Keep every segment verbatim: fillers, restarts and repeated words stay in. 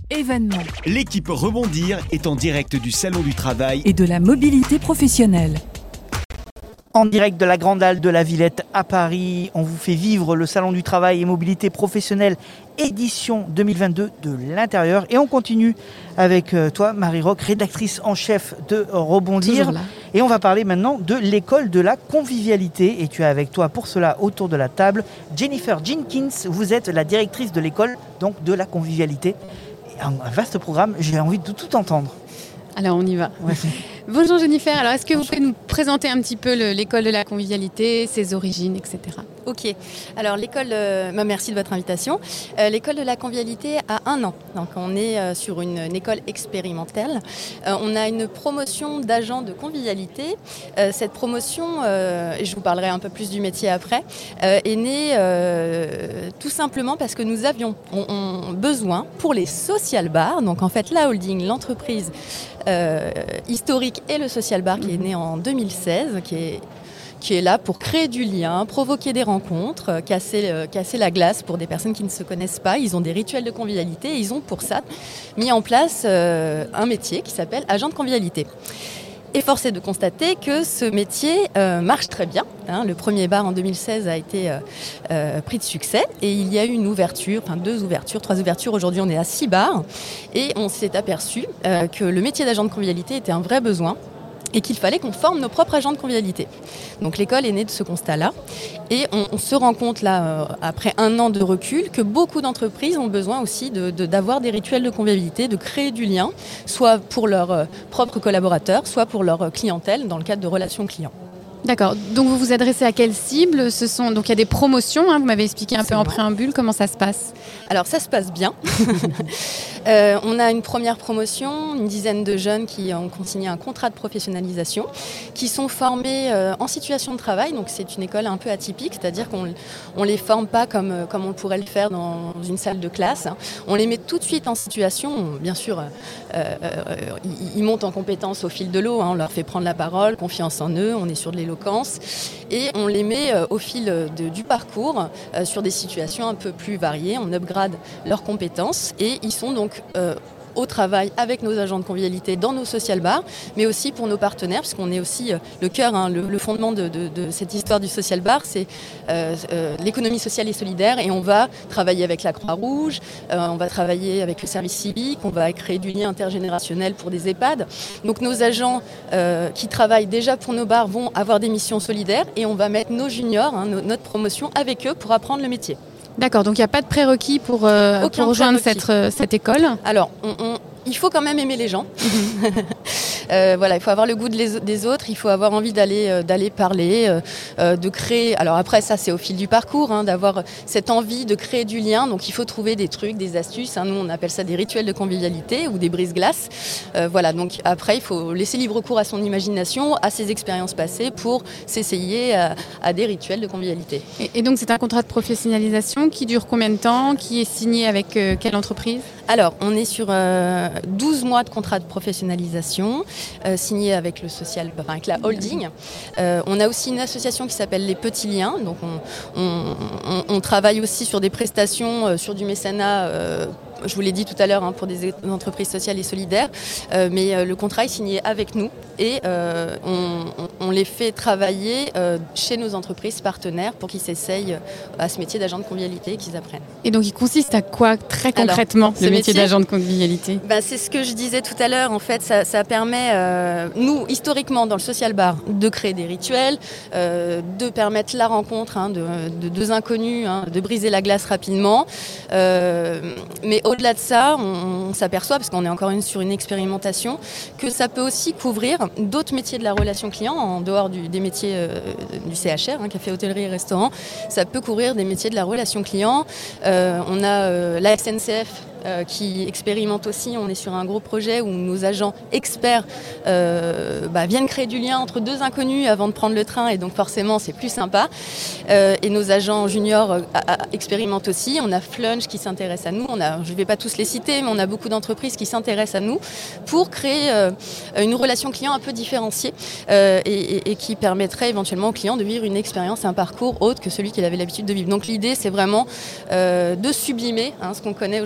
événements. L'équipe Rebondir est en direct du Salon du Travail et de la mobilité professionnelle. En direct de la Grande Halle de la Villette à Paris, on vous fait vivre le Salon du Travail et Mobilité Professionnelle édition deux mille vingt-deux de l'intérieur. Et on continue avec toi, Marie Roch, rédactrice en chef de Rebondir. Et on va parler maintenant de l'école de la convivialité. Et tu as avec toi pour cela, autour de la table, Jennifer Jenkins. Vous êtes la directrice de l'école donc de la convivialité. Un vaste programme, j'ai envie de tout entendre. Alors on y va. Ouais. Bonjour Jennifer, alors est-ce que Bonjour. Vous pouvez nous présenter un petit peu le, l'école de la convivialité, ses origines, et cetera. Ok, alors l'école, euh, merci de votre invitation. Euh, l'école de la convivialité a un an, donc on est euh, sur une, une école expérimentale. Euh, on a une promotion d'agents de convivialité. Euh, cette promotion, euh, et je vous parlerai un peu plus du métier après, euh, est née euh, tout simplement parce que nous avions on, on, besoin pour les social bars, donc en fait la holding, l'entreprise euh, historique et le social bar qui est né en deux mille seize, qui est qui est là pour créer du lien, provoquer des rencontres, euh, casser, euh, casser la glace pour des personnes qui ne se connaissent pas. Ils ont des rituels de convivialité et ils ont pour ça mis en place euh, un métier qui s'appelle agent de convivialité. Et force est de constater que ce métier euh, marche très bien. Hein. Le premier bar en deux mille seize a été euh, euh, pris de succès et il y a eu une ouverture, enfin deux ouvertures, trois ouvertures. Aujourd'hui, on est à six bars et on s'est aperçu euh, que le métier d'agent de convivialité était un vrai besoin et qu'il fallait qu'on forme nos propres agents de convivialité. Donc l'école est née de ce constat-là et on, on se rend compte là, euh, après un an de recul, que beaucoup d'entreprises ont besoin aussi de, de, d'avoir des rituels de convivialité, de créer du lien, soit pour leurs euh, propres collaborateurs, soit pour leur clientèle dans le cadre de relations clients. D'accord, donc vous vous adressez à quelle cible ? Ce sont, donc il y a des promotions, hein, vous m'avez expliqué un C'est peu en bon. préambule, comment ça se passe ? Alors ça se passe bien. euh, on a une première promotion, une dizaine de jeunes qui ont consigné un contrat de professionnalisation, qui sont formés euh, en situation de travail, donc c'est une école un peu atypique, c'est-à-dire qu'on ne les forme pas comme, comme on pourrait le faire dans une salle de classe. On les met tout de suite en situation, bien sûr, euh, euh, ils, ils montent en compétences au fil de l'eau, hein, on leur fait prendre la parole, confiance en eux, on est sur de l'éloquence et on les met euh, au fil de, du parcours euh, sur des situations un peu plus variées, on upgrade leurs compétences et ils sont donc euh, au travail avec nos agents de convivialité dans nos social bars, mais aussi pour nos partenaires, puisqu'on est aussi euh, le cœur, hein, le, le fondement de, de, de cette histoire du social bar, c'est euh, euh, l'économie sociale et solidaire, et on va travailler avec la Croix-Rouge, euh, on va travailler avec le service civique, on va créer du lien intergénérationnel pour des EHPAD. Donc nos agents euh, qui travaillent déjà pour nos bars vont avoir des missions solidaires, et on va mettre nos juniors, hein, no, notre promotion avec eux pour apprendre le métier. D'accord, donc il n'y a pas de prérequis pour, euh, pour rejoindre cette, euh, cette école ? Alors, on, on, il faut quand même aimer les gens. euh, voilà, il faut avoir le goût de les, des autres, il faut avoir envie d'aller, euh, d'aller parler, euh, de créer. Alors après, ça, c'est au fil du parcours, hein, d'avoir cette envie de créer du lien. Donc, il faut trouver des trucs, des astuces. Hein, nous, on appelle ça des rituels de convivialité ou des brise-glaces. Euh, voilà, donc après, il faut laisser libre cours à son imagination, à ses expériences passées pour s'essayer à, à des rituels de convivialité. Et, et donc, c'est un contrat de professionnalisation qui dure combien de temps ? Qui est signé avec euh, quelle entreprise ? Alors, on est sur euh, douze mois de contrat de professionnalisation euh, signé avec le social, enfin avec la holding. Euh, on a aussi une association qui s'appelle Les Petits Liens. Donc, on, on, on, on travaille aussi sur des prestations, euh, sur du mécénat. Euh, je vous l'ai dit tout à l'heure, hein, pour des entreprises sociales et solidaires, euh, mais euh, le contrat est signé avec nous et euh, on, on, on les fait travailler euh, chez nos entreprises partenaires pour qu'ils s'essayent à ce métier d'agent de convivialité et qu'ils apprennent. Et donc il consiste à quoi très concrètement, Alors, le métier, métier d'agent de convivialité ? Ben, c'est ce que je disais tout à l'heure, en fait, ça, ça permet, euh, nous, historiquement, dans le social bar, de créer des rituels, euh, de permettre la rencontre hein, de, de deux inconnus, hein, de briser la glace rapidement, euh, mais au-delà de ça, on, on s'aperçoit, parce qu'on est encore une, sur une expérimentation, que ça peut aussi couvrir d'autres métiers de la relation client, en dehors du, des métiers euh, du C H R, hein, café, hôtellerie et restaurant. Ça peut couvrir des métiers de la relation client. Euh, on a euh, la S N C F, Euh, qui expérimente aussi. On est sur un gros projet où nos agents experts euh, bah, viennent créer du lien entre deux inconnus avant de prendre le train et donc forcément c'est plus sympa. Euh, et nos agents juniors euh, expérimentent aussi. On a Flunch qui s'intéresse à nous. On a, je ne vais pas tous les citer, mais on a beaucoup d'entreprises qui s'intéressent à nous pour créer euh, une relation client un peu différenciée euh, et, et, et qui permettrait éventuellement au client de vivre une expérience, un parcours autre que celui qu'il avait l'habitude de vivre. Donc l'idée c'est vraiment euh, de sublimer hein, ce qu'on connaît aujourd'hui dans la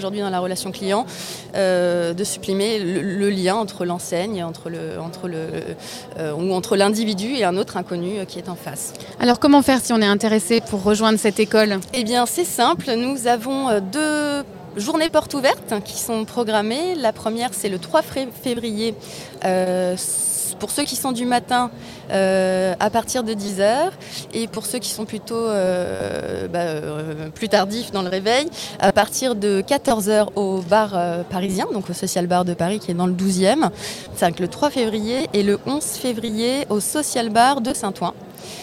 relation client, euh, de supprimer le, le lien entre l'enseigne, entre, le, entre, le, euh, ou entre l'individu et un autre inconnu qui est en face. Alors comment faire si on est intéressé pour rejoindre cette école ? Eh bien c'est simple, nous avons deux journées portes ouvertes qui sont programmées. La première c'est le trois février. Euh, Pour ceux qui sont du matin, euh, à partir de dix heures, et pour ceux qui sont plutôt euh, bah, euh, plus tardifs dans le réveil, à partir de quatorze heures au bar euh, parisien, donc au Social Bar de Paris qui est dans le douzième, c'est le trois février, et le onze février au Social Bar de Saint-Ouen.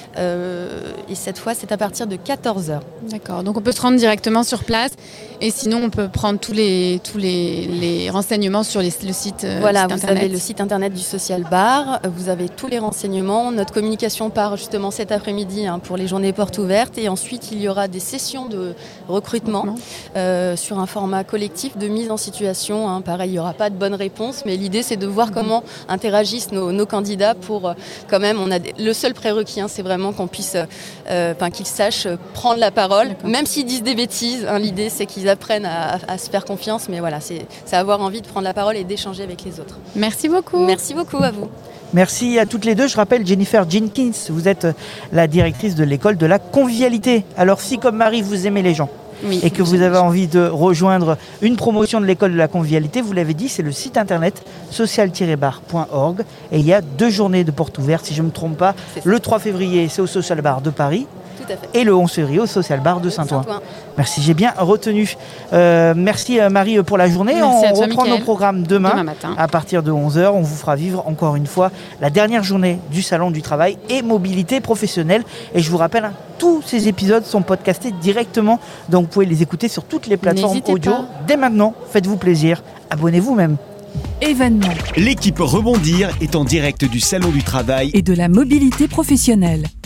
Euh, et cette fois, c'est à partir de quatorze heures. D'accord, donc on peut se rendre directement sur place et sinon on peut prendre tous les, tous les, les renseignements sur les, le site, euh, voilà, site vous internet. avez le site internet du Social Bar, vous avez tous les renseignements. Notre communication part justement cet après-midi hein, pour les journées portes ouvertes et ensuite il y aura des sessions de recrutement euh, sur un format collectif de mise en situation. Hein. Pareil, il n'y aura pas de bonne réponse, mais l'idée c'est de voir mmh. comment interagissent nos, nos candidats pour euh, quand même, on a des, le seul prérequis, hein, c'est vraiment qu'on puisse, euh, enfin, qu'ils sachent prendre la parole, D'accord. même s'ils disent des bêtises. Hein, l'idée, c'est qu'ils apprennent à, à se faire confiance, mais voilà, c'est, c'est avoir envie de prendre la parole et d'échanger avec les autres. Merci beaucoup. Merci beaucoup à vous. Merci à toutes les deux. Je rappelle Jennifer Jenkins, vous êtes la directrice de l'école de la convivialité. Alors si, comme Marie, vous aimez les gens, oui, et que vous avez envie de rejoindre une promotion de l'école de la convivialité, vous l'avez dit, c'est le site internet social tiret bar point org et il y a deux journées de portes ouvertes, si je ne me trompe pas. Le trois février, c'est au Social Bar de Paris. Tout à fait. Et le onze février au Social Bar de Saint-Ouen. Saint-Ouen. Merci, j'ai bien retenu. Euh, merci Marie pour la journée. Merci on toi, reprend Mickaël. nos programmes demain, demain matin. À partir de onze heures. On vous fera vivre encore une fois la dernière journée du Salon du Travail et Mobilité Professionnelle. Et je vous rappelle, hein, tous ces épisodes sont podcastés directement, donc vous pouvez les écouter sur toutes les plateformes N'hésitez audio. pas. Dès maintenant, faites-vous plaisir, abonnez-vous même. Événements L'équipe Rebondir est en direct du Salon du Travail et de la mobilité professionnelle.